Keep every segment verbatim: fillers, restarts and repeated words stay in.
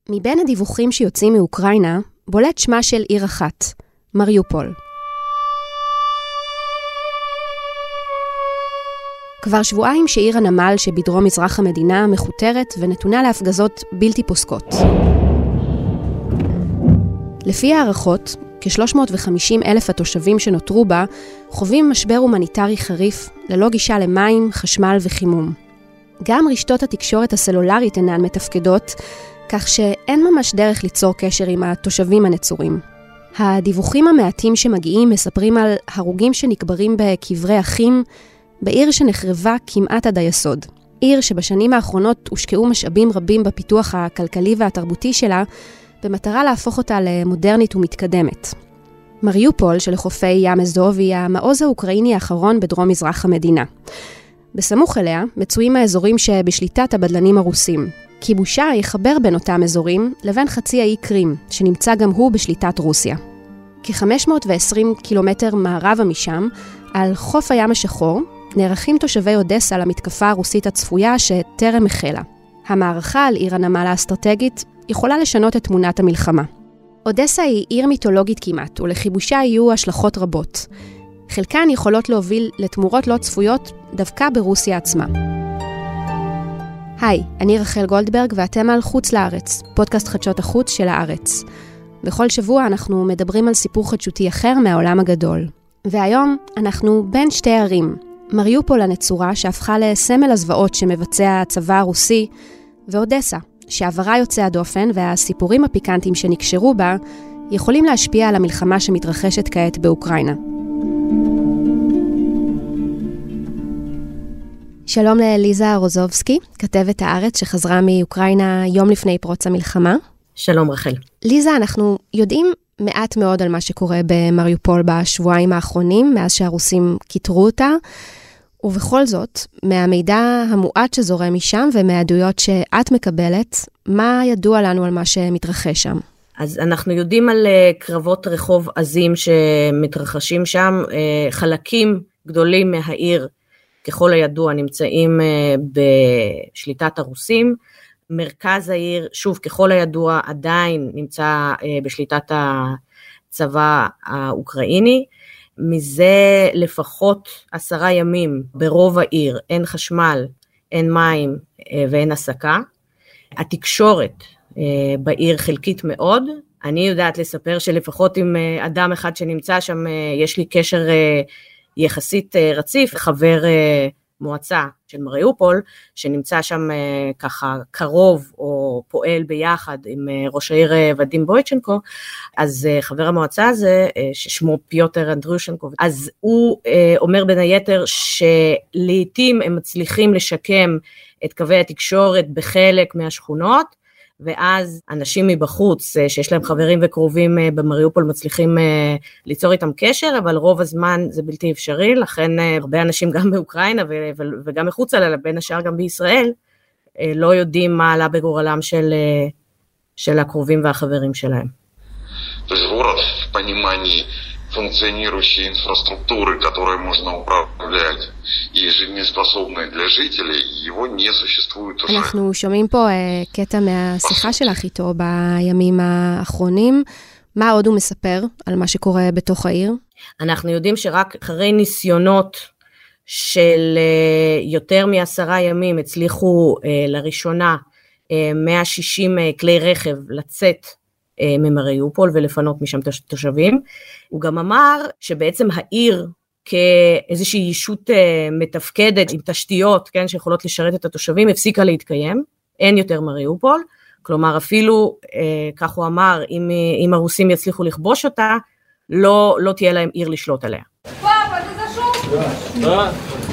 מבין הדיווחים שיוצאים מאוקראינה, בולט שמה של עיר אחת, מריופול. כבר שבועיים שעיר הנמל שבדרום מזרח המדינה מחותרת ונתונה להפגזות בלתי פוסקות. לפי הערכות, כ-שלוש מאות וחמישים אלף התושבים שנותרו בה חווים משבר הומניטרי חריף ללא גישה למים, חשמל וחימום. גם רשתות התקשורת הסלולרית אינן מתפקדות, כך שאין ממש דרך ליצור קשר עם התושבים הנצורים. הדיווחים המעטים שמגיעים מספרים על הרוגים שנקברים בקברי אחים, בעיר שנחרבה כמעט עד היסוד. עיר שבשנים האחרונות הושקעו משאבים רבים בפיתוח הכלכלי והתרבותי שלה, במטרה להפוך אותה למודרנית ומתקדמת. מריופול שלחופי ים אזוב היא המעוז האוקראיני האחרון בדרום מזרח המדינה. בסמוך אליה מצויים האזורים שבשליטת הבדלנים הרוסים. כיבושה יחבר בין אותם אזורים לבין חצי האי קרים, שנמצא גם הוא בשליטת רוסיה. כ-חמש מאות ועשרים קילומטר מערבה משם, על חוף הים השחור, נערכים תושבי אודסה למתקפה הרוסית הצפויה שטרם החלה. המערכה על עיר הנמל האסטרטגית יכולה לשנות את תמונת המלחמה. אודסה היא עיר מיתולוגית כמעט, ולחיבושה יהיו השלכות רבות. חלקן יכולות להוביל לתמורות לא צפויות דווקא ברוסיה עצמה. היי, אני רחל גולדברג ואתם על חוץ לארץ, פודקאסט חדשות החוץ של הארץ. בכל שבוע אנחנו מדברים על סיפור חדשותי אחר מהעולם הגדול. והיום אנחנו בין שתי ערים, מריופול הנצורה שהפכה לסמל הזוועות שמבצע הצבא הרוסי, ואודסה, שעברה יוצא הדופן והסיפורים הפיקנטיים שנקשרו בה, יכולים להשפיע על המלחמה שמתרחשת כעת באוקראינה. שלום לליזה רוזובסקי, כתבת הארץ שחזרה מאוקראינה יום לפני פרוץ המלחמה. שלום רחל. ליזה, אנחנו יודעים מעט מאוד על מה שקורה במריופול בשבועיים האחרונים, מאז שהרוסים כיתרו אותה, ובכל זאת, מהמידע המועט שזורם משם ומהעדויות שאת מקבלת, מה ידוע לנו על מה שמתרחש שם? אז אנחנו יודעים על קרבות רחוב עזים שמתרחשים שם, חלקים גדולים מהעיר, ככל הידוע, נמצאים בשליטת הרוסים, מרכז העיר, שוב, ככל הידוע, עדיין נמצא בשליטת הצבא האוקראיני, מזה לפחות עשרה ימים ברוב העיר, אין חשמל, אין מים ואין הסקה. התקשורת בעיר חלקית מאוד, אני יודעת לספר שלפחות עם אדם אחד שנמצא שם, יש לי קשר יחסית רציף, חבר מועצה של מריופול, שנמצא שם ככה קרוב או פועל ביחד עם ראש העיר ודים בויצ'נקו, אז חבר המועצה הזה, ששמו פיוטר אנדרושנקו, אז הוא אומר בין היתר שלעיתים הם מצליחים לשקם את קווי התקשורת בחלק מהשכונות, ואז אנשים מבחוץ שיש להם חברים וקרובים במריופול מצליחים ליצור איתם קשר, אבל רוב הזמן זה בלתי אפשרי, לכן הרבה אנשים גם באוקראינה וגם מחוץ לה, בין השאר גם בישראל, לא יודעים מה עלה בגורלם של, של הקרובים והחברים שלהם. То есть город в понимании функционирующей инфраструктуры, которой можно управлять, и жизнеспособной для жителей, его не существует уже. אנחנו שומעים פה קטע מהשיחה שלך איתו בימים האחרונים. מה עוד הוא מספר על מה שקורה בתוך העיר? אנחנו יודעים שרק אחרי ניסיונות של יותר מעשרה ימים הצליחו לראשונה מאה ושישים כלי רכב לצאת ממריופול ולפנות משם תושבים. הוא גם אמר שבעצם העיר כאיזושהי ישות מתפקדת עם תשתיות, כן, שיכולות לשרת את התושבים, הפסיקה להתקיים, אין יותר מריופול, כלומר אפילו, כך הוא אמר, אם, אם הרוסים יצליחו לכבוש אותה, לא, לא תהיה להם עיר לשלוט עליה. פאפה, אתה זשוב? כן.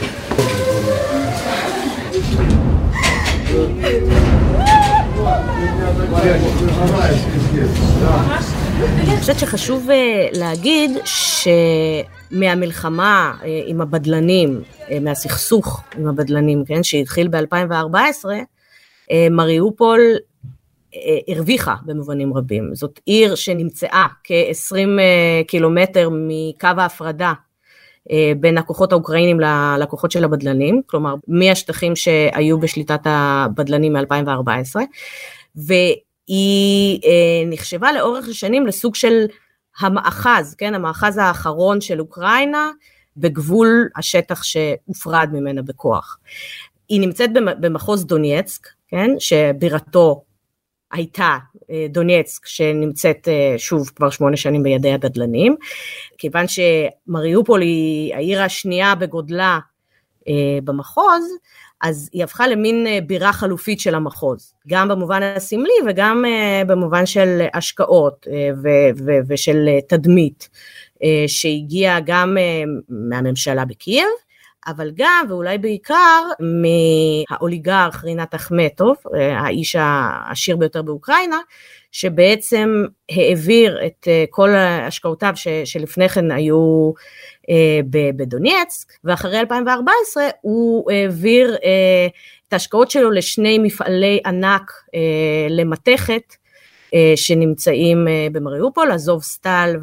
אני חושבת שחשוב להגיד שמהמלחמה עם הבדלנים, מהסכסוך עם הבדלנים, כן, שהתחיל ב-אלפיים וארבע עשרה, מריופול הרוויחה במובנים רבים. זאת עיר שנמצאה כ-עשרים קילומטר מקו ההפרדה בין הכוחות האוקראינים ללקוחות של הבדלנים, כלומר מהשטחים שהיו בשליטת הבדלנים מ-אלפיים וארבע עשרה, היא נחשבה לאורך השנים לסוג של המאחז, כן, המאחז האחרון של אוקראינה, בגבול השטח שהופרד ממנה בכוח. היא נמצאת במחוז דונייצק, כן, שבירתו הייתה דונייצק, שנמצאת שוב כבר שמונה שנים בידי הבדלנים, כיוון שמריופול היא העיר השנייה בגודלה במחוז, אז היא הפכה למין בירה חלופית של המחוז, גם במובן הסמלי וגם במובן של השקעות ושל תדמית, שהגיעה גם מהממשלה בקייב, אבל גם ואולי בעיקר מהאוליגרך רינת אחמטוב, האיש העשיר ביותר באוקראינה, שבעצם העביר את כל השקעותיו שלפני כן היו בדונייצק, ואחרי אלפיים וארבע עשרה הוא העביר את ההשקעות שלו לשני מפעלי ענק למתכת, שנמצאים במריופול, אזוב סטל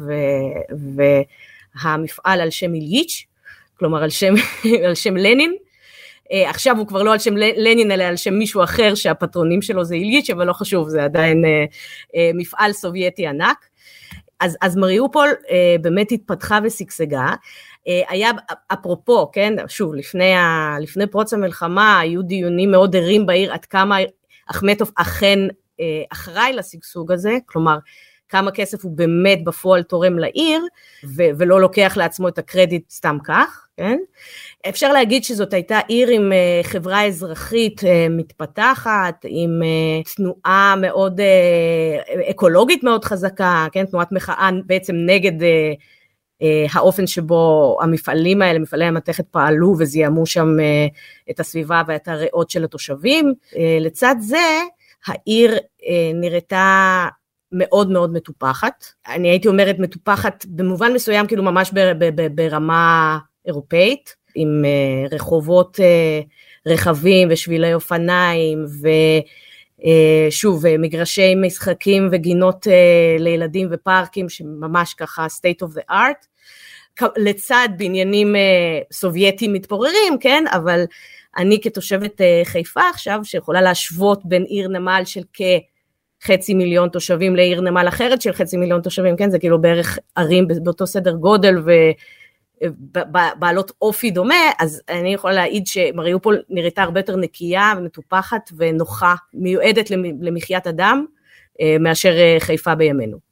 והמפעל על שם איליץ', כלומר על שם, על שם לנין, עכשיו הוא כבר לא על שם לנין, אלא על שם מישהו אחר שהפטרונים שלו זה איליץ', אבל לא חשוב, זה עדיין מפעל סובייטי ענק. אז, אז מריופול באמת התפתחה וסגסגה, היה אפרופו, כן, שוב, לפני, ה, לפני פרוץ המלחמה, היו דיונים מאוד ערים בעיר, עד כמה אחמטוב אכן אחראי לסגסוג הזה, כלומר, כמה כסף הוא באמת בפועל תורם לעיר, ו- ולא לוקח לעצמו את הקרדיט סתם כך, כן? אפשר להגיד שזאת הייתה עיר עם uh, חברה אזרחית uh, מתפתחת, עם uh, תנועה מאוד uh, אקולוגית מאוד חזקה, כן? תנועת מחאה בעצם נגד uh, uh, האופן שבו המפעלים האלה, מפעלי המתכת פעלו וזיהמו שם uh, את הסביבה ואת הריאות של התושבים. Uh, לצד זה, העיר uh, נראתה מאוד מאוד מטופחת, אני הייתי אומרת מטופחת במובן מסוים, כאילו ממש ב- ב- ב- ברמה אירופאית, עם uh, רחובות uh, רחבים ושבילי אופניים, ושוב, uh, מגרשי משחקים וגינות uh, לילדים ופארקים, שממש ככה state of the art, לצד בעניינים uh, סובייטיים מתפוררים, כן, אבל אני כתושבת uh, חיפה עכשיו, שיכולה להשוות בין עיר נמל של כ... חצי מיליון תושבים לעיר נמל אחרת של חצי מיליון תושבים, כן, זה כאילו בערך ערים באותו סדר גודל ובעלות אופי דומה, אז אני יכולה להעיד שמריופול נראיתה הרבה יותר נקייה ומטופחת ונוחה, מיועדת למחיית אדם, מאשר חיפה בימינו.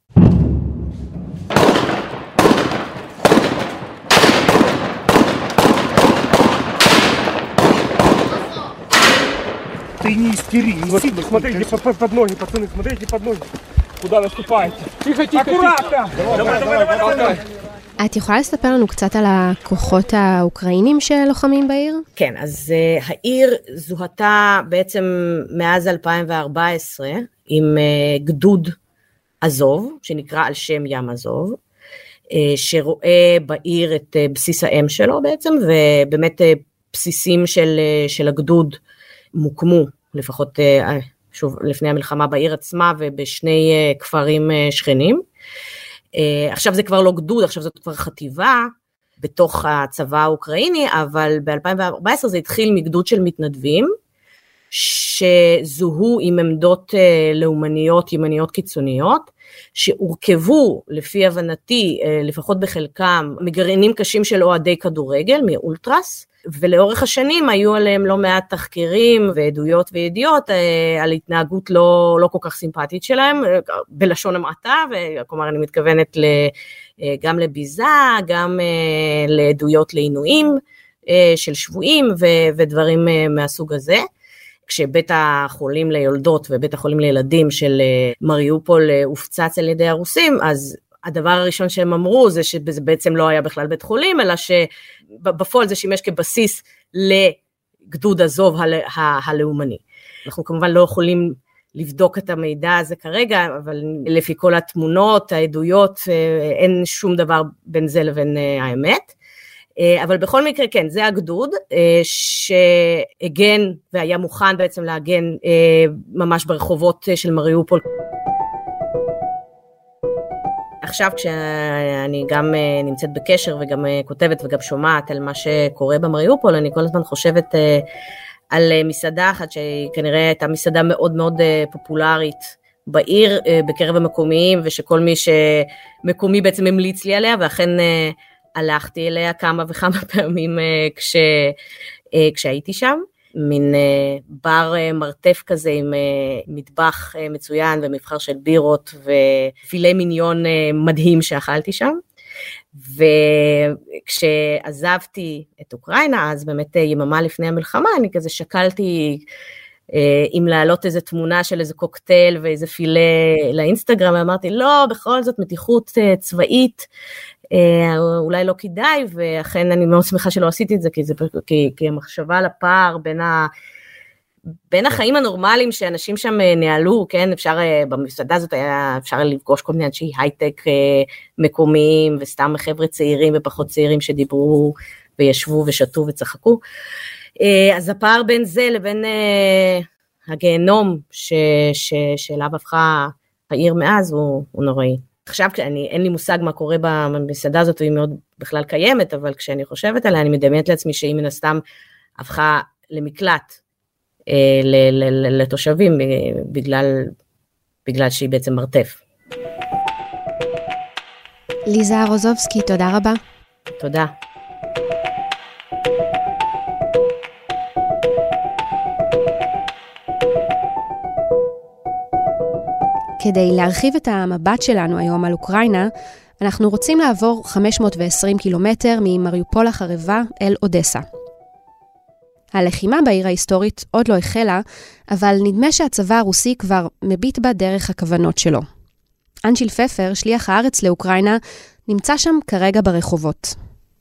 Ты не истери, не сильно, смотрите под ноги, пацаны, смотрите под ноги, куда наступаете. Тихо, тихо, аккуратно! Давай, давай, давай, давай. את יכולה לספר לנו קצת על הכוחות האוקראינים שלוחמים בעיר? כן, אז uh, העיר זוהתה בעצם מאז אלפיים וארבע עשרה עם uh, גדוד אזוב, שנקרא על שם ים אזוב, uh, שרואה בעיר את uh, בסיס האם שלו בעצם, ובאמת uh, בסיסים של, uh, של הגדוד מוקמו, לפחות uh, שוב לפני המלחמה בעיר עצמה, ובשני uh, כפרים uh, שכנים. Uh, עכשיו זה כבר לא גדוד, עכשיו זאת כבר חטיבה בתוך הצבא האוקראיני, אבל ב-אלפיים וארבע עשרה זה התחיל מגדוד של מתנדבים, שזוהו עם עמדות uh, לאומניות, ימניות קיצוניות, שהורכבו לפי הבנתי, uh, לפחות בחלקם, מגרעינים קשים של אוהדי כדורגל, מאולטרס, ולאורך השנים היו עליהם לא מעט תחקירים ועדויות וידיעות אה, על התנהגות לא, לא כל כך סימפטית שלהם, בלשון המעטה, וכלומר אני מתכוונת ל, אה, גם לביזה, גם אה, לעדויות לעינויים אה, של שבויים ו, ודברים אה, מהסוג הזה, כשבית החולים ליולדות ובית החולים לילדים של אה, מריופול אה, הופצץ על ידי הרוסים, אז הדבר הראשון שהם אמרו זה שזה בעצם לא היה בכלל בית חולים, אלא שבפועל זה שימש כבסיס לגדוד אזוב הלאומני. אנחנו כמובן לא יכולים לבדוק את המידע הזה כרגע, אבל לפי כל התמונות, העדויות, אין שום דבר בין זה לבין האמת. אבל בכל מקרה כן, זה הגדוד שהגן והיה מוכן בעצם להגן ממש ברחובות של מריופול. עכשיו כשאני גם נמצאת בקשר וגם כותבת וגם שומעת על מה שקורה במריופול, אני כל הזמן חושבת על מסעדה אחת שהיא כנראה הייתה מסעדה מאוד מאוד פופולרית בעיר בקרב המקומיים, ושכל מי שמקומי בעצם המליץ לי עליה, ואכן הלכתי אליה כמה וכמה פעמים כש, כשהייתי שם. מין בר מרתף כזה עם מטבח מצוין ומבחר של בירות ופילה מיניון מדהים שאכלתי שם. וכשעזבתי את אוקראינה, אז באמת יממה לפני המלחמה, אני כזה שקלתי אם להעלות איזו תמונה של איזה קוקטייל ואיזה פילה לאינסטגרם, ואמרתי, לא, בכל זאת מתיחות צבאית, אולי לא כדאי, ואכן אני מאוד שמחה שלא עשיתי את זה, כי, זה, כי, כי המחשבה על הפער בין, ה, בין החיים הנורמליים שאנשים שם נעלו, כן, אפשר, במסעדה הזאת היה אפשר לפגוש כל מיני אנשי הייטק מקומיים, וסתם חבר'ה צעירים ופחות צעירים שדיברו וישבו ושתו וצחקו, אז הפער בין זה לבין הגיהנום ש, ש, שאליו הפכה העיר מאז הוא, הוא נוראי. עכשיו, אני, אין לי מושג מה קורה במסעדה הזאת, והיא מאוד בכלל קיימת, אבל כשאני חושבת עליה, אני מדמיינת לעצמי שהיא מן הסתם הפכה למקלט אה, ל, ל, ל, לתושבים, בגלל, בגלל שהיא בעצם מרתף. ליזה רוזובסקי, תודה רבה. תודה. כדי להרחיב את המבט שלנו היום על אוקראינה, אנחנו רוצים לעבור חמש מאות ועשרים קילומטר ממריופול החרבה אל אודסה. הלחימה בעיר ההיסטורית עוד לא החלה, אבל נדמה שהצבא הרוסי כבר מביט בה דרך הכוונות שלו. אנשיל פפר, שליח הארץ לאוקראינה, נמצא שם כרגע ברחובות.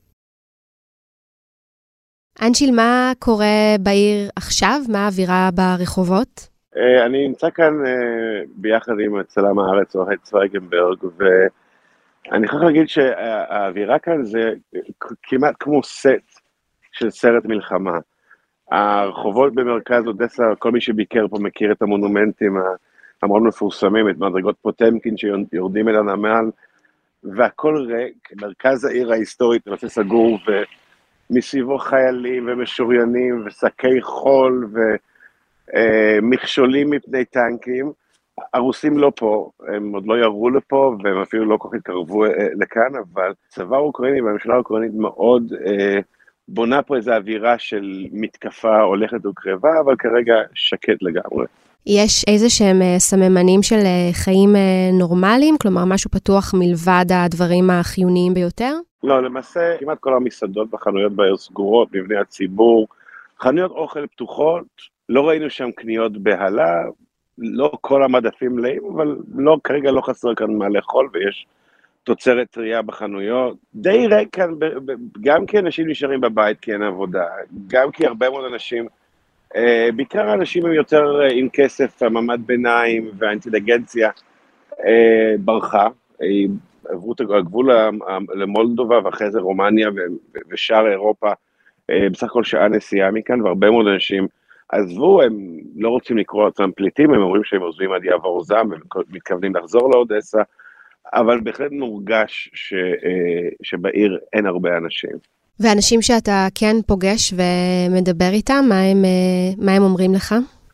אנשיל, מה קורה בעיר עכשיו? מה האווירה ברחובות? אני נמצא כאן ביחד עם צלם הארץ אוהד צוויגנברג, ואני חייב להגיד שהאווירה כאן זה כמעט כמו סט של סרט מלחמה. הרחובות במרכז אודסה, כל מי שביקר פה מכיר את המונומנטים המאוד מפורסמים, את מדרגות פוטמקין שיורדים אל הנמל, והכל ריק, מרכז העיר ההיסטורית נושא סגור, ומסביבו חיילים ומשוריינים ושקי חול ו... מכשולים מפני טנקים. הרוסים לא פה, הם עוד לא ירו לפה, והם אפילו לא כל כך התקרבו לכאן, אבל צבא אוקראיני והממשלה האוקראינית מאוד בונה פה איזו אווירה של מתקפה הולכת וקרבה, אבל כרגע שקט לגמרי. יש איזה שהם סממנים של חיים נורמליים? כלומר, משהו פתוח מלבד הדברים החיוניים ביותר? לא, למעשה, כמעט כל המסעדות והחנויות בעיר סגורות, מבני הציבור, חנויות אוכל פתוחות, לא ראינו שם קניות בהלה, לא כל המדפים מלאים, אבל לא, כרגע לא חסר כאן מה לאכול, ויש תוצרת טריה בחנויות. די ריק כאן, גם כי אנשים נשארים בבית כי אין עבודה, גם כי הרבה מאוד אנשים, בעיקר האנשים הם יותר עם כסף, המעמד ביניים והאינטליגנציה ברחה, עברו את הגבול למולדובה ואחרי זה רומניה ושאר אירופה, בסך הכל שעה נסיעה מכאן, והרבה מאוד אנשים עזבו, הם לא רוצים לקרוא עצמם פליטים, הם אומרים שהם עוזבים עד יעבור זעם, הם מתכוונים לחזור לאודסה, אבל בהחלט מורגש ש, שבעיר אין הרבה אנשים. ואנשים שאתה כן פוגש ומדבר איתם, מה הם, מה הם אומרים לך?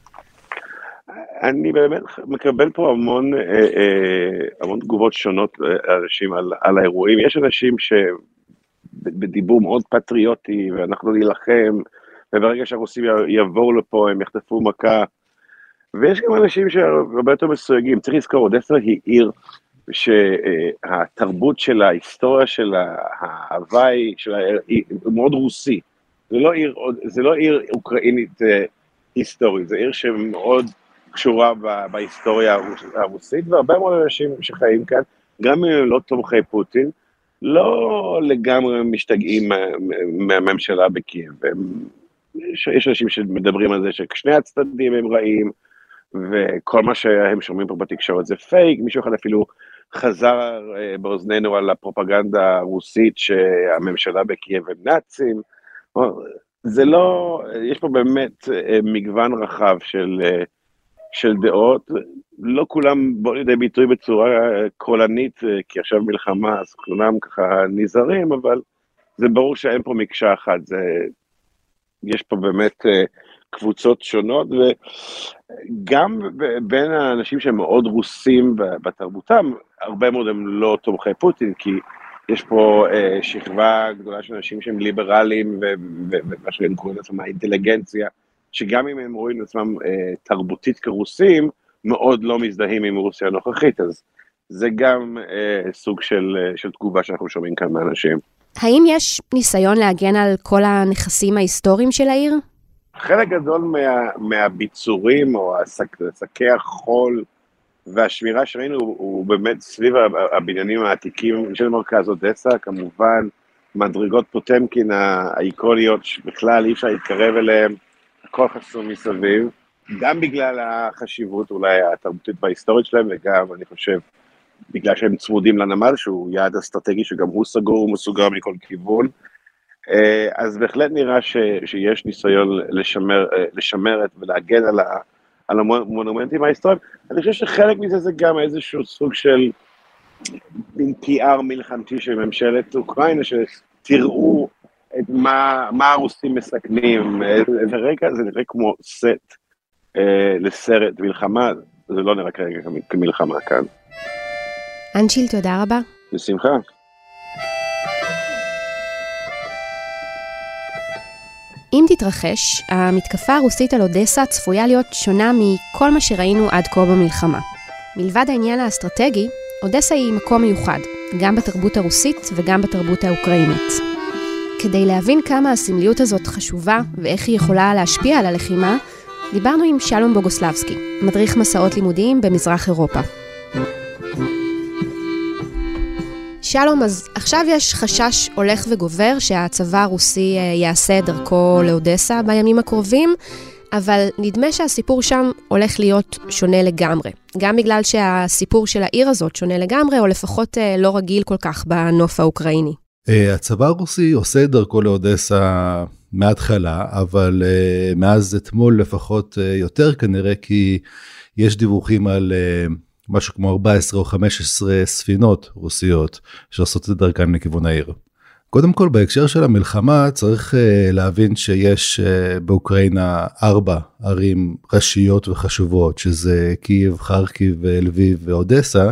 אני באמת מקבל פה המון, המון תגובות שונות אנשים על, על האירועים. יש אנשים שבדיבור מאוד פטריוטי, ואנחנו נלחם, וברגע שהרוסים יבואו לפה, הם יחטפו מכה, ויש גם אנשים שהרבה יותר מסויגים. צריך לזכור, אודסה היא עיר שהתרבות שלה, ההיסטוריה שלה, ההוואי שלה, היא מאוד רוסי. זה לא עיר, זה לא עיר אוקראינית היסטורית, זה עיר שמאוד קשורה בהיסטוריה הרוסית, והרבה מאוד אנשים שחיים כאן, גם אם הם לא תומכי פוטין, לא לגמרי משתגעים מהממשלה בקייב. יש, יש אנשים שמדברים על זה ששני הצדדים הם רעים, וכל מה שהם שומעים פה בתקשורת זה פייק. מישהו אחד אפילו חזר באוזנינו על הפרופגנדה הרוסית שהממשלה בקייב הם נאצים. זה לא, יש פה באמת מגוון רחב של, של דעות, לא כולם בוא לידי ביטוי בצורה קולנית, כי עכשיו מלחמה, אז כולם ככה נזהרים, אבל זה ברור שאין פה מקשה אחת, זה, יש פה באמת קבוצות שונות, וגם בין האנשים שהם מאוד רוסים בתרבותם, הרבה מאוד הם לא תומכי פוטין, כי יש פה אה, שכבה גדולה של אנשים שהם ליברליים, ומה שהם קוראים לעצמם האינטליגנציה, שגם אם הם רואים לעצמם אה, תרבותית כרוסים, מאוד לא מזדהים עם רוסיה הנוכחית, אז זה גם אה, סוג של, אה, של תגובה שאנחנו שומעים כאן מאנשים. האם יש ניסיון להגן על כל הנכסים ההיסטוריים של העיר? חלק גדול מה, מהביצורים או שקי החול והשמירה שראינו הוא, הוא באמת סביב הבניינים העתיקים של מרכז אודסה, כמובן מדרגות פוטמקין האיקוניות שבכלל אי אפשר להתקרב אליהם, הכל חסום מסביב, גם בגלל החשיבות אולי התרבותית וההיסטורית שלהם, וגם אני חושב בגלל שהם צמודים לנמל שהוא יעד אסטרטגי שגם הוא סגור ומסוגר מכל כיוון, אז בהחלט נראה ש, שיש ניסיון לשמר, לשמר ולהגן על, ה, על המונומנטים ההיסטוריים. אני חושב שחלק מזה זה גם איזשהו סוג של פי אר מלחמתי של ממשלת אוקראינה, שתראו את מה, מה הרוסים מסכנים, ורגע זה נראה כמו סט אה, לסרט מלחמה, זה לא נראה כרגע כמלחמה כאן. אנשיל, תודה רבה. בשמחה. אם תתרחש, המתקפה הרוסית על אודסה צפויה להיות שונה מכל מה שראינו עד כה במלחמה. מלבד העניין האסטרטגי, אודסה היא מקום מיוחד, גם בתרבות הרוסית וגם בתרבות האוקראינית. כדי להבין כמה הסמליות הזאת חשובה ואיך היא יכולה להשפיע על הלחימה, דיברנו עם שלום בוגוסלבסקי, מדריך מסעות לימודיים במזרח אירופה. שלום, אז עכשיו יש חשש הולך וגובר שהצבא הרוסי יעשה דרכו לאודסה בימים הקרובים, אבל נדמה שהסיפור שם הולך להיות שונה לגמרי. גם בגלל שהסיפור של העיר הזאת שונה לגמרי, או לפחות לא רגיל כל כך בנוף האוקראיני. הצבא הרוסי עושה דרכו לאודסה מההתחלה, אבל מאז אתמול לפחות יותר כנראה, כי יש דיווחים על משהו כמו ארבע עשרה או חמש עשרה ספינות רוסיות שעושות את דרכן לכיוון העיר. קודם כל, בהקשר של המלחמה, צריך להבין שיש באוקראינה ארבע ערים ראשיות וחשובות, שזה קייב, חרקיב, לביב ואודסה,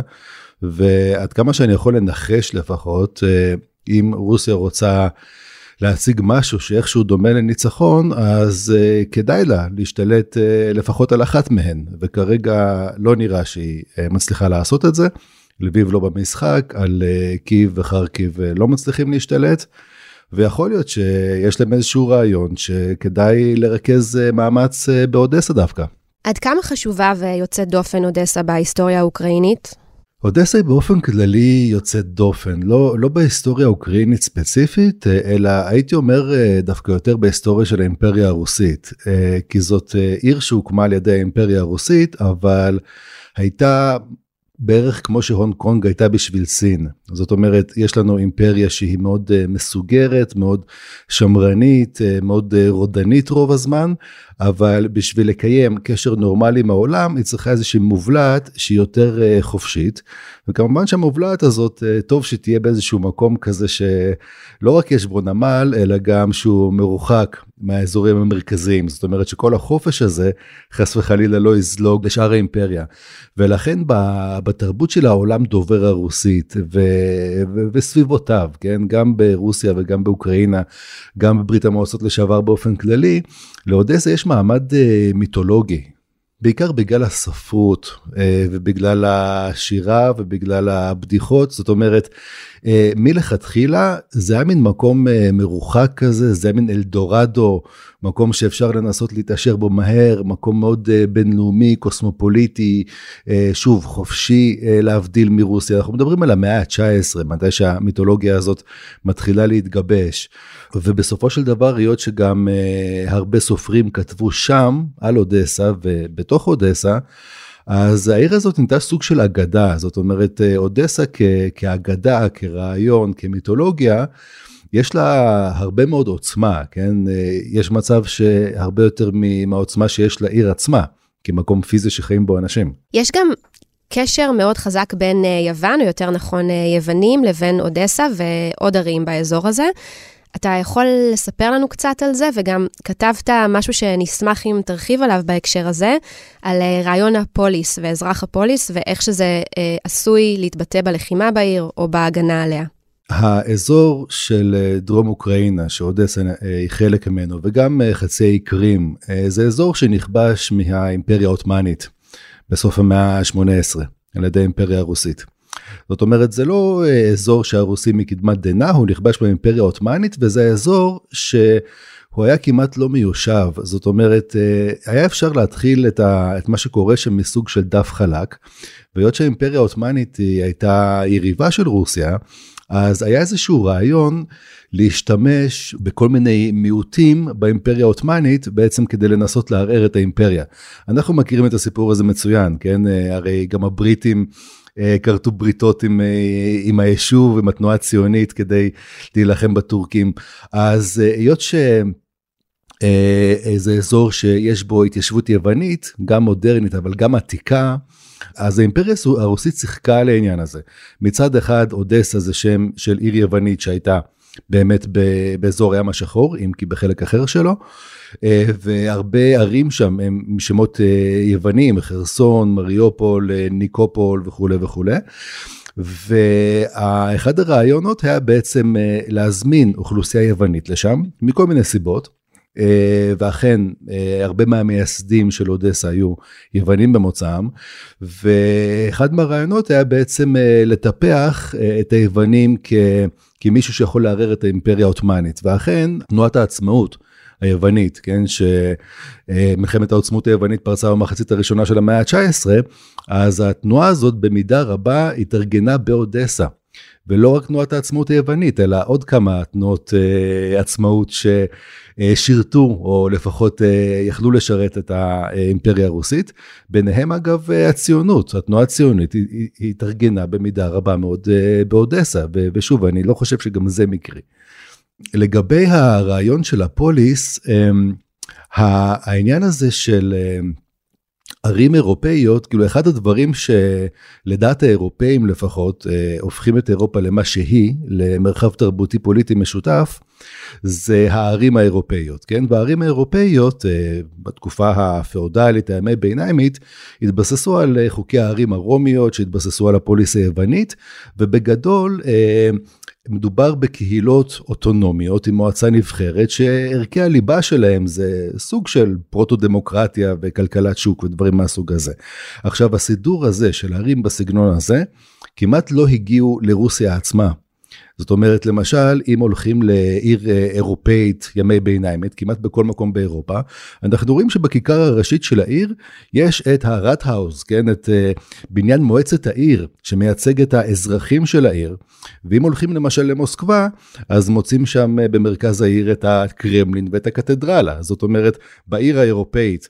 ועד כמה שאני יכול לנחש לפחות, אם רוסיה רוצה להציג משהו שאיכשהו דומה לניצחון, אז uh, כדאי לה להשתלט uh, לפחות על אחת מהן, וכרגע לא נראה שהיא uh, מצליחה לעשות את זה, לביב לא במשחק, על uh, קייב וחרקיב uh, לא מצליחים להשתלט, ויכול להיות שיש להם איזשהו רעיון שכדאי לרכז uh, מאמץ uh, באודסה דווקא. עד כמה חשובה ויוצאת דופן אודסה בהיסטוריה האוקראינית? אודסה היא באופן כללי יוצאת דופן, לא, לא בהיסטוריה האוקראינית ספציפית, אלא הייתי אומר דווקא יותר בהיסטוריה של האימפריה הרוסית, כי זאת עיר שהוקמה על ידי האימפריה הרוסית, אבל הייתה בערך כמו שהונג קונג הייתה בשביל סין. זאת אומרת, יש לנו אימפריה שהיא מאוד מסוגרת, מאוד שמרנית, מאוד רודנית רוב הזמן, אבל בשביל לקיים קשר נורמלי עם העולם, היא צריכה איזושהי מובלעת שהיא יותר חופשית, וכמובן שהמובלעת הזאת, טוב שתהיה באיזשהו מקום כזה שלא רק יש בו נמל, אלא גם שהוא מרוחק מהאזורים המרכזיים, זאת אומרת שכל החופש הזה, חס וחלילה לא יזלוג לשאר האימפריה, ולכן בתרבות של העולם דובר הרוסית, ו... ו... וסביבותיו, כן? גם ברוסיה וגם באוקראינה, גם בברית המועצות לשעבר באופן כללי, לאודסה יש מעמד מיתולוגי, בעיקר בגלל הספרות, ובגלל השירה, ובגלל הבדיחות, זאת אומרת, מלכתחילה, זה היה מין מקום מרוחק כזה, זה היה מין אלדורדו, מקום שאפשר לנסות להתאשר בו מהר, מקום מאוד בינלאומי, קוסמופוליטי, שוב, חופשי להבדיל מרוסיה, אנחנו מדברים על המאה ה-תשע עשרה, מתי שהמיתולוגיה הזאת מתחילה להתגבש, ובסופו של דבר, היות שגם הרבה סופרים כתבו שם, על אודסה, ובתוך אודסה, אז העיר הזאת נהייתה סוג של אגדה, זאת אומרת, אודסה כ- כאגדה, כרעיון, כמיתולוגיה, יש לה הרבה מאוד עוצמה, כן? יש מצב שהרבה יותר מהעוצמה שיש לעיר עצמה, כמקום פיזי שחיים בו אנשים. יש גם קשר מאוד חזק בין יוון, או יותר נכון יוונים, לבין אודסה ועוד ערים באזור הזה. אתה יכול לספר לנו קצת על זה, וגם כתבת משהו שנשמח אם תרחיב עליו בהקשר הזה, על רעיון הפוליס ואזרח הפוליס, ואיך שזה עשוי להתבטא בלחימה בעיר או בהגנה עליה. האזור של דרום אוקראינה, שאודסה היא חלק ממנו, וגם חצי האי קרים, זה אזור שנכבש מהאימפריה העות'מאנית, בסוף המאה ה-שמונה עשרה, על ידי האימפריה הרוסית. זאת אומרת, זה לא אזור שהרוסים מקדמת דנא, הוא נכבש באימפריה העות'מאנית, וזה אזור שהוא היה כמעט לא מיושב. זאת אומרת, היה אפשר להתחיל את, ה, את מה שקורה שם מסוג של דף חלק, והיות שהאימפריה העות'מאנית היא הייתה יריבה של רוסיה, אז היה איזשהו רעיון להשתמש בכל מיני מיעוטים באימפריה העות'מאנית, בעצם כדי לנסות לערער את האימפריה. אנחנו מכירים את הסיפור הזה מצוין, כן? הרי גם הבריטים קרתו בריתות עם, עם היישוב, עם התנועה הציונית, כדי להילחם בטורקים. אז היות ש... איזה אזור שיש בו התיישבות יוונית, גם מודרנית, אבל גם עתיקה, אז האימפריה הרוסית שיחקה על העניין הזה. מצד אחד, אודסה זה שם של עיר יוונית שהייתה באמת באזור הים השחור, אם כי בחלק אחר שלו, והרבה ערים שם הם שמות יוונים, חרסון, מריופול, ניקופול וכו' וכו'. ואחד הרעיונות היה בעצם להזמין אוכלוסייה יוונית לשם, מכל מיני סיבות, ואכן הרבה מהמייסדים של אודסה היו יוונים במוצאם, ואחד מהרעיונות היה בעצם לטפח את היוונים כמישהו שיכול לערער את האימפריה העות'מאנית, ואכן תנועת העצמאות היוונית, כן, שמלחמת העצמאות היוונית פרצה במחצית הראשונה של המאה ה-תשע עשרה, אז התנועה הזאת במידה רבה התארגנה באודסה, ולא רק תנועת העצמאות היוונית, אלא עוד כמה תנועות uh, עצמאות ששירתו, או לפחות uh, יכלו לשרת את האימפריה הרוסית, ביניהם אגב הציונות, התנועה הציונית, היא, היא, היא התארגנה במידה רבה מאוד uh, באודסה, ו- ושוב, אני לא חושב שגם זה מקרי. לגבי הרעיון של הפוליס, um, העניין הזה של... Um, ערים אירופאיות, כאילו אחד הדברים שלדעת האירופאים לפחות, הופכים את אירופה למה שהיא, למרחב תרבותי פוליטי משותף, זה הערים האירופאיות, כן? והערים האירופאיות, בתקופה הפאודלית, הימי ביניימית, התבססו על חוקי הערים הרומיות, שהתבססו על הפוליס היוונית, ובגדול, מדובר בקהילות אוטונומיות עם מועצה נבחרת, שערכי הליבה שלהם זה סוג של פרוטו-דמוקרטיה וכלכלת שוק ודברים מהסוג הזה. עכשיו, הסידור הזה של ערים בסגנון הזה, כמעט לא הגיעו לרוסיה עצמה. זאת אומרת, למשל, אם הולכים לעיר אירופאית ימי ביניימית, כמעט בכל מקום באירופה, אנחנו רואים שבכיכר הראשית של העיר, יש את הרטהאוז, כן? את בניין מועצת העיר, שמייצג את האזרחים של העיר, ואם הולכים למשל למוסקבה, אז מוצאים שם במרכז העיר את הקרמלין ואת הקתדרלה. זאת אומרת, בעיר האירופאית,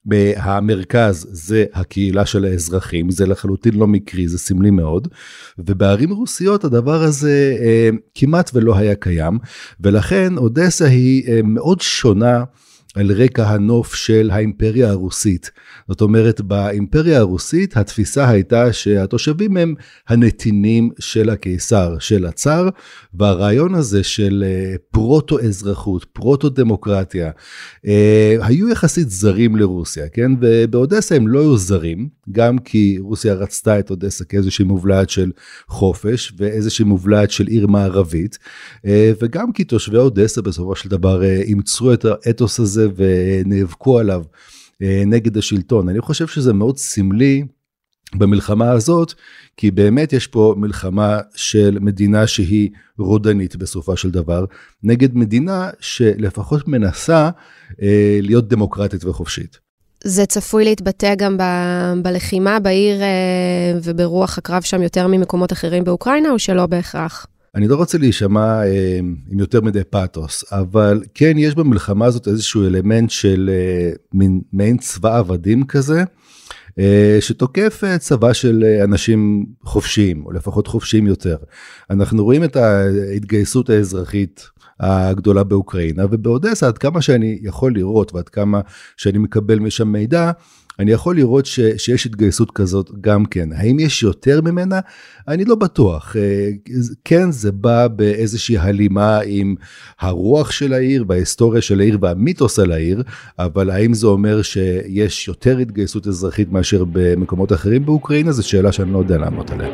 במרכז זה הקהילה של האזרחים, זה לחלוטין לא מקרי, זה סמלי מאוד, ובערים רוסיות הדבר הזה אה, כמעט ולא היה קיים, ולכן אודסה היא אה, מאוד שונה על רקע הנוף של האימפריה הרוסית. זאת אומרת, באימפריה הרוסית התפיסה הייתה שהתושבים הם הנתינים של הקיסר, של הצאר, והרעיון הזה של פרוטו-אזרחות, פרוטו-דמוקרטיה, היו יחסית זרים לרוסיה, כן? ובאודסה הם לא היו זרים, גם כי רוסיה רצתה את אודסה כאיזושהי מובלעת של חופש, ואיזושהי מובלעת של עיר מערבית, וגם כי תושבי אודסה בסופו של דבר אימצו את האתוס הזה, ונאבקו עליו נגד השלטון. אני חושב שזה מאוד סמלי במלחמה הזאת, כי באמת יש פה מלחמה של מדינה שהיא רודנית בסופה של דבר, נגד מדינה שלפחות מנסה להיות דמוקרטית וחופשית. זה צפוי להתבטא גם ב- בלחימה בעיר וברוח הקרב שם יותר ממקומות אחרים באוקראינה, או שלא בהכרח? אני לא רוצה להישמע אה, עם יותר מדי פאטוס, אבל כן יש במלחמה הזאת איזשהו אלמנט של אה, מין, מעין צבא עבדים כזה, אה, שתוקף אה, צבא של אה, אנשים חופשיים, או לפחות חופשיים יותר. אנחנו רואים את ההתגייסות האזרחית הגדולה באוקראינה, ובאודסה, עד כמה שאני יכול לראות, ועד כמה שאני מקבל משם מידע, אני יכול לראות ש, שיש התגייסות כזאת גם כן. האם יש יותר ממנה? אני לא בטוח. כן, זה בא באיזושהי הלימה עם הרוח של העיר וההיסטוריה של העיר והמיתוס על העיר, אבל האם זה אומר שיש יותר התגייסות אזרחית מאשר במקומות אחרים באוקראינה? זו שאלה שאני לא יודע לענות עליה.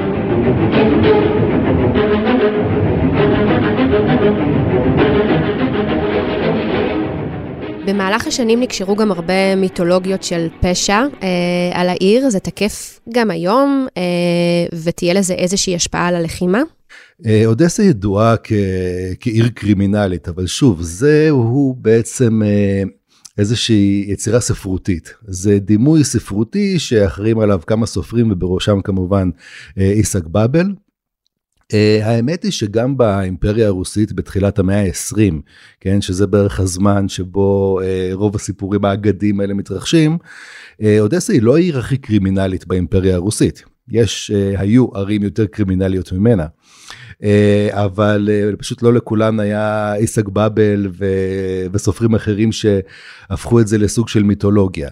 במהלך השנים נקשרו גם הרבה מיתולוגיות של פשע אה, על העיר, זה תקף גם היום, אה, ותהיה לזה איזושהי השפעה על הלחימה? אה, אודסה ידועה כ- כעיר קרימינלית, אבל שוב, זהו בעצם אה, איזושהי יצירה ספרותית. זה דימוי ספרותי שאחרים עליו כמה סופרים, ובראשם כמובן אה, איסק באבל. Uh, האמת היא שגם באימפריה הרוסית בתחילת המאה ה-עשרים, כן, שזה בערך הזמן שבו uh, רוב הסיפורים האגדיים האלה מתרחשים, uh, אודסה היא לא העיר הכי קרימינלית באימפריה הרוסית. יש, uh, היו ערים יותר קרימינליות ממנה. Uh, אבל uh, פשוט לא לכולן היה איסק באבל ו- וסופרים אחרים שהפכו את זה לסוג של מיתולוגיה.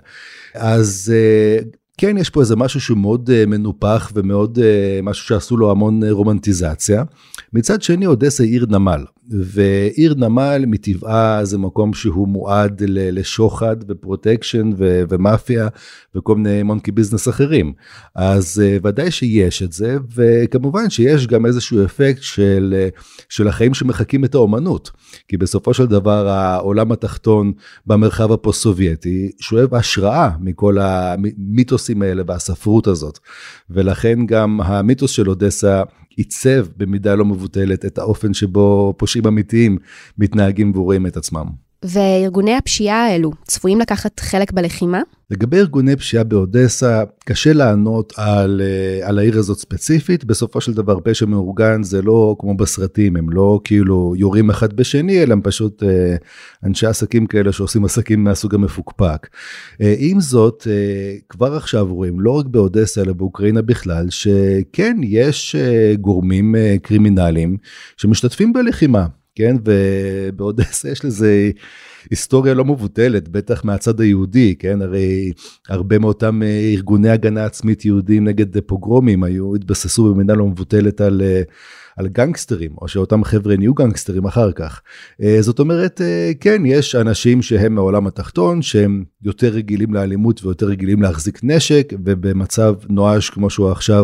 אז uh, כן, יש פה איזה משהו שהוא מאוד uh, מנופח ומאוד uh, משהו שעשו לו המון uh, רומנטיזציה. מצד שני, אודסה עיר נמל, ועיר נמל מטבעה זה מקום שהוא מועד לשוחד ופרוטקשן ו- ומאפיה וכל מיני מונקי ביזנס אחרים. אז uh, ודאי שיש את זה, וכמובן שיש גם איזשהו אפקט של, uh, של החיים שמחקים את האומנות, כי בסופו של דבר העולם התחתון במרחב הפוסט-סובייטי שואב השראה מכל המיתוסים האלה והספרות הזאת, ולכן גם המיתוס של אודסה עיצב במידה לא מבוטלת את האופן שבו פושעים אמיתיים מתנהגים ורואים את עצמם. וארגוני הפשיעה האלו צפויים לקחת חלק בלחימה? לגבי ארגוני פשיעה באודסה, קשה לענות על, על העיר הזאת ספציפית. בסופו של דבר פשע מאורגן זה לא כמו בסרטים, הם לא כאילו יורים אחד בשני, אלא הם פשוט אה, אנשי עסקים כאלה שעושים עסקים מהסוג המפוקפק. אה, עם זאת, אה, כבר עכשיו רואים, לא רק באודסה אלא באוקראינה בכלל, שכן יש אה, גורמים אה, קרימינליים שמשתתפים בלחימה. כן, ובאודסה יש לזה היסטוריה לא מבוטלת, בטח מהצד היהודי, כן, הרי הרבה מאותם ארגוני הגנה עצמית יהודים נגד פוגרומים היו, התבססו במידה לא מבוטלת על, על גנגסטרים, או שאותם חבר'ה נהיו גנגסטרים אחר כך. זאת אומרת, כן, יש אנשים שהם מהעולם התחתון, שהם יותר רגילים לאלימות ויותר רגילים להחזיק נשק, ובמצב נואש כמו שהוא עכשיו,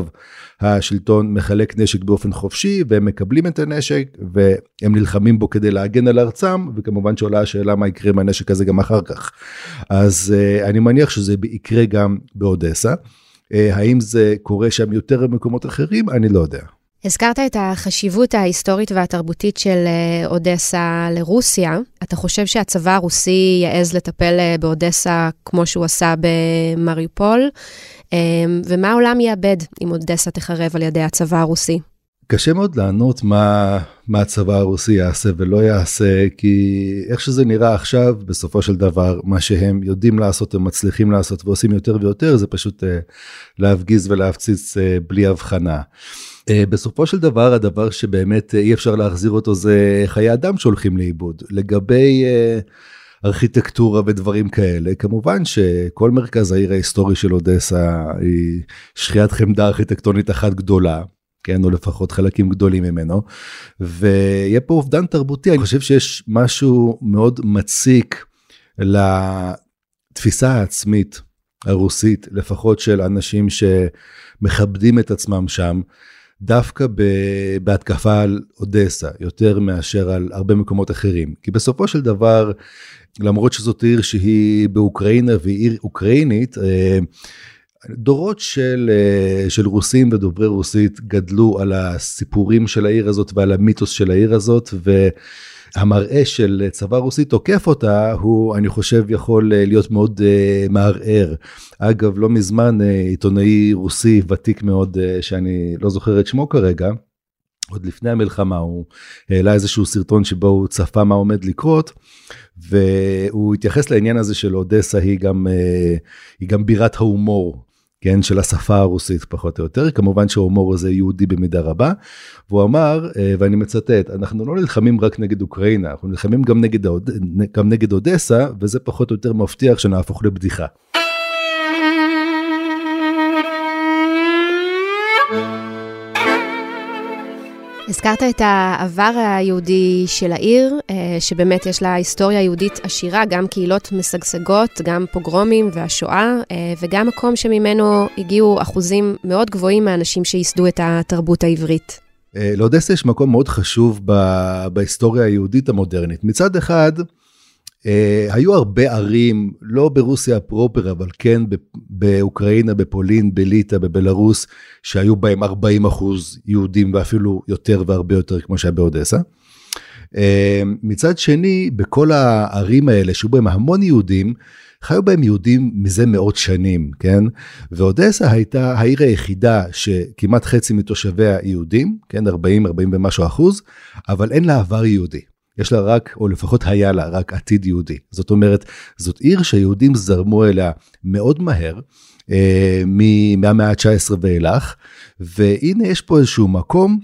השלטון מחלק נשק באופן חופשי, והם מקבלים את הנשק, והם נלחמים בו כדי להגן על ארצם, וכמובן שעולה השאלה מה יקרה עם הנשק הזה גם אחר כך. אז אני מניח שזה יקרה גם באודסה. האם זה קורה שם יותר במקומות אחרים? אני לא יודע. הזכרת את החשיבות ההיסטורית והתרבותית של אודסה לרוסיה. אתה חושב שהצבא הרוסי יעז לטפל באודסה כמו שהוא עשה במריופול? ומה העולם יאבד אם אודסה תחרב על ידי הצבא הרוסי? קשה מאוד לענות מה, מה הצבא הרוסי יעשה ולא יעשה, כי איך שזה נראה עכשיו, בסופו של דבר, מה שהם יודעים לעשות, הם מצליחים לעשות ועושים יותר ויותר, זה פשוט להפגיז ולהפציץ בלי הבחנה. בסופו של דבר, הדבר שבאמת אי אפשר להחזיר אותו זה חיי אדם שהולכים לאיבוד. לגבי ארכיטקטורה ודברים כאלה, כמובן שכל מרכז העיר ההיסטורי של אודסה היא שכיית חמדה ארכיטקטונית אחת גדולה, כן, או לפחות חלקים גדולים ממנו, ויהיה פה אובדן תרבותי. אני חושב שיש משהו מאוד מציק לתפיסה העצמית הרוסית, לפחות של אנשים שמכבדים את עצמם שם, דווקא בהתקפה על אודסה, יותר מאשר על הרבה מקומות אחרים. כי בסופו של דבר, למרות שזאת עיר שהיא באוקראינה והיא עיר אוקראינית, דורות של, של רוסים ודוברי רוסית גדלו על הסיפורים של העיר הזאת ועל המיתוס של העיר הזאת, והמראה של צבא רוסי תוקף אותה, הוא אני חושב יכול להיות מאוד uh, מערער. אגב, לא מזמן uh, עיתונאי רוסי ותיק מאוד, uh, שאני לא זוכר את שמו כרגע, עוד לפני המלחמה הוא העלה איזשהו סרטון שבו הוא צפה מה עומד לקרות, והוא התייחס לעניין הזה של אודסה, היא גם, uh, היא גם בירת ההומור, כן, של השפה הרוסית פחות או יותר, כמובן שההומור הזה יהודי במידה רבה, והוא אמר, ואני מצטט, אנחנו לא נלחמים רק נגד אוקראינה, אנחנו נלחמים גם נגד, גם נגד אודסה, וזה פחות או יותר מבטיח שנהפוך לבדיחה. הזכרת את העבר היהודי של העיר, שבאמת יש לה היסטוריה יהודית עשירה, גם קהילות משגשגות, גם פוגרומים והשואה, וגם מקום שממנו הגיעו אחוזים מאוד גבוהים מהאנשים שייסדו את התרבות העברית. לאודסה יש מקום מאוד חשוב בהיסטוריה היהודית המודרנית. מצד אחד, היו הרבה ערים, לא ברוסיה הפרופר, אבל כן באוקראינה, בפולין, בליטא, בבלרוס, שהיו בהם ארבעים אחוז יהודים, ואפילו יותר והרבה יותר, כמו שהיה באודסה. מצד שני, בכל הערים האלה, שהיו בהם המון יהודים, חיו בהם יהודים מזה מאות שנים, כן? ואודסה הייתה העיר היחידה שכמעט חצי מתושביה יהודים, כן? ארבעים, ארבעים ומשהו אחוז, אבל אין לה עבר יהודי. יש לה רק, או לפחות היה לה, רק עתיד יהודי. זאת אומרת, זאת עיר שהיהודים זרמו אליה מאוד מהר, אה, מהמאה ה-תשע עשרה ואילך, והנה יש פה איזשהו מקום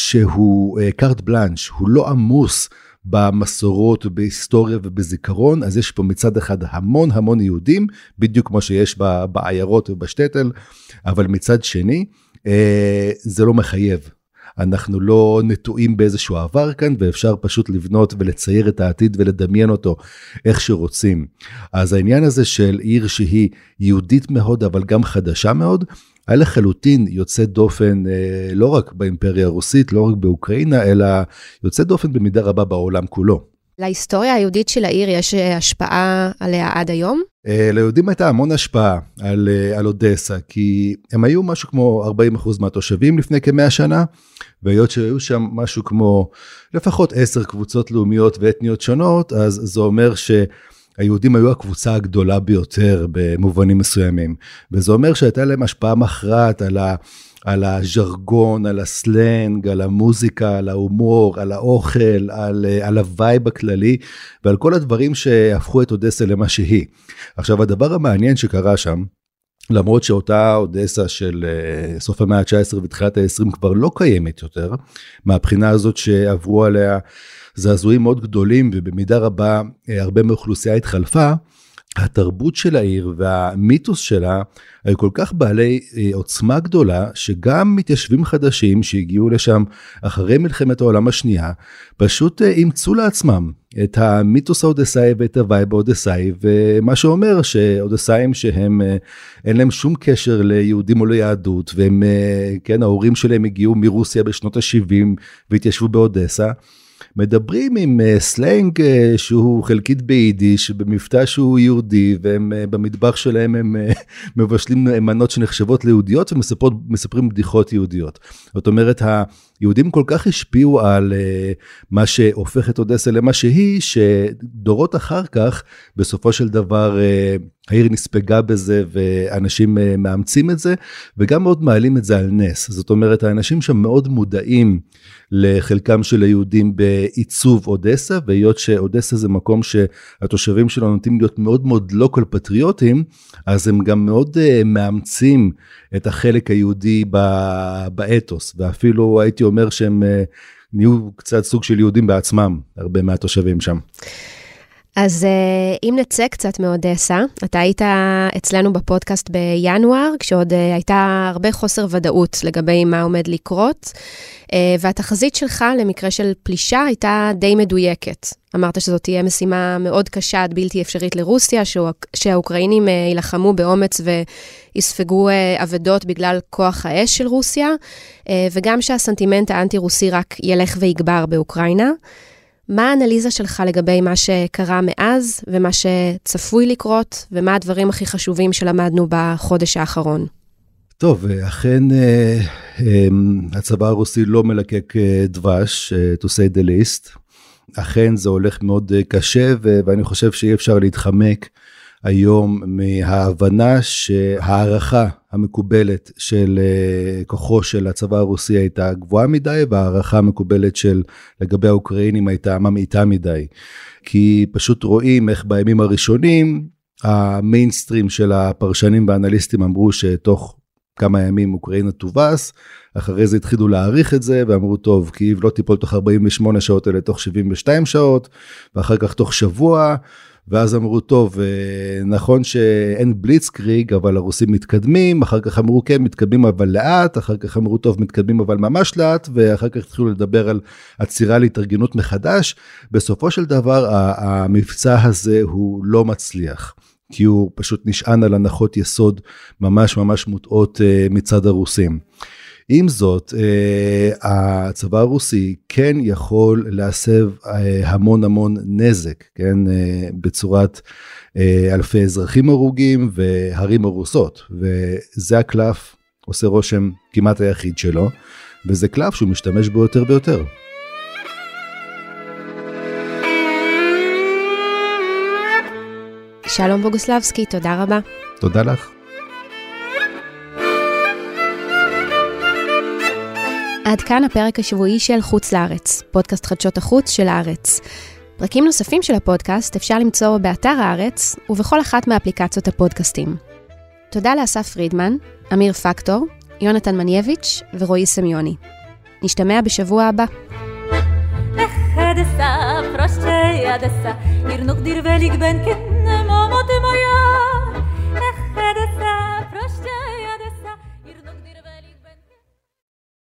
שהוא אה, קארט בלנש, הוא לא עמוס במסורות, בהיסטוריה ובזיכרון, אז יש פה מצד אחד המון המון יהודים, בדיוק כמו שיש בעיירות ובשטטל, אבל מצד שני, אה, זה לא מחייב. אנחנו לא נטועים באיזשהו עבר כאן, ואפשר פשוט לבנות ולצייר את העתיד ולדמיין אותו איך שרוצים. אז העניין הזה של עיר שהיא יהודית מאוד, אבל גם חדשה מאוד, היה לחלוטין יוצא דופן לא רק באימפריה הרוסית, לא רק באוקראינה, אלא יוצא דופן במידה רבה בעולם כולו. להיסטוריה היהודית של העיר יש השפעה עליה עד היום? ליהודים הייתה המון השפעה על, על אודסה, כי הם היו משהו כמו ארבעים אחוז מהתושבים לפני כמאה שנה, והיות שהיו שם משהו כמו לפחות עשר קבוצות לאומיות ואתניות שונות, אז זה אומר שהיהודים היו הקבוצה הגדולה ביותר במובנים מסוימים, וזה אומר שהייתה להם השפעה מכרעת על ה... על הז'רגון, על הסלנג, על המוזיקה, על ההומור, על האוכל, על, על הווייב הכללי, ועל כל הדברים שהפכו את אודסה למה שהיא. עכשיו, הדבר המעניין שקרה שם, למרות שאותה אודסה של סוף המאה ה-תשע עשרה ותחילת ה-עשרים כבר לא קיימת יותר, מהבחינה הזאת שעברו עליה זעזועים מאוד גדולים, ובמידה רבה הרבה מאוכלוסייה התחלפה, התרבות של העיר והמיתוס שלה היו כל כך בעלי עוצמה גדולה, שגם מתיישבים חדשים שהגיעו לשם אחרי מלחמת העולם השנייה, פשוט אימצו לעצמם את המיתוס האודסאי ואת הווייב האודסאי, ומה שאומר שאודסאים שהם אין להם שום קשר ליהודים או ליהדות, והם, כן, ההורים שלהם הגיעו מרוסיה בשנות ה-שבעים והתיישבו באודסה, מדברים עם סלנג שהוא חלקית ביידיש, במבטא שהוא יהודי, והם במטבח שלהם הם מבשלים מנות שנחשבות ליהודיות, ומספרים בדיחות יהודיות. זאת אומרת, היהודים כל כך השפיעו על מה שהופך את אודסה למה שהיא, שדורות אחר כך, בסופו של דבר, העיר נספגה בזה, ואנשים מאמצים את זה, וגם מאוד מעלים את זה על נס. זאת אומרת, האנשים שם מאוד מודעים לחלקם של היהודים בעיצוב אודסה, והיות שאודסה זה מקום שהתושבים שלו נוטים להיות מאוד מאוד לוקל פטריוטים, אז הם גם מאוד מאמצים את החלק היהודי באתוס, ואפילו הייתי אומר שהם נהיו קצת סוג של יהודים בעצמם, הרבה מהתושבים שם. אז אם נצא קצת מאודסה, אתה היית אצלנו בפודקאסט בינואר, כשעוד הייתה הרבה חוסר ודאות לגבי מה עומד לקרות, והתחזית שלך למקרה של פלישה הייתה די מדויקת. אמרת שזאת תהיה משימה מאוד קשה, בלתי אפשרית לרוסיה, שהאוקראינים ילחמו באומץ ויספגו עבדות בגלל כוח האש של רוסיה, וגם שהסנטימנט האנטי-רוסי רק ילך ויגבר באוקראינה. מה האנליזה שלך לגבי מה שקרה מאז, ומה שצפוי לקרות, ומה הדברים הכי חשובים שלמדנו בחודש האחרון? טוב, אכן הצבא הרוסי לא מלקק דבש, to say the least. אכן זה הולך מאוד קשה, ואני חושב שאי אפשר להתחמק היום מההבנה שהערכה המקובלת של כוחו של הצבא הרוסי הייתה גבוהה מדי, והערכה המקובלת של לגבי האוקראינים הייתה ממעיטה מדי. כי פשוט רואים איך בימים הראשונים, המיינסטרים של הפרשנים והאנליסטים אמרו שתוך כמה ימים אוקראינה תובס, אחרי זה התחילו להעריך את זה, ואמרו טוב, קייב לא תיפול תוך ארבעים ושמונה שעות, אלא תוך שבעים ושתיים שעות, ואחר כך תוך שבוע, ואז אמרו, טוב, נכון שאין בליצקריג, אבל הרוסים מתקדמים, אחר כך אמרו, כן, מתקדמים אבל לאט, אחר כך אמרו, טוב, מתקדמים אבל ממש לאט, ואחר כך התחילו לדבר על עצירה להתארגנות מחדש. בסופו של דבר, המבצע הזה הוא לא מצליח, כי הוא פשוט נשען על הנחות יסוד ממש ממש מוטעות מצד הרוסים. עם זאת, הצבא הרוסי כן יכול להסב המון המון נזק, כן, בצורת אלפי אזרחים הרוגים והרים הרוסות, וזה הקלף עושה רושם כמעט היחיד שלו, וזה קלף שהוא משתמש בו יותר ויותר. שלום בוגוסלבסקי, תודה רבה. תודה לך. עד כאן הפרק השבועי של חוץ לארץ, פודקאסט חדשות החוץ של הארץ. פרקים נוספים של הפודקאסט אפשר למצוא באתר הארץ ובכל אחת מאפליקציות הפודקאסטים. תודה לאסף פרידמן, אמיר פקטור, יונתן מנייביץ' ורועי סמיוני. נשתמע בשבוע הבא. Edessa, proste Edessa, hier nog dir welig ben ken, mama de moja.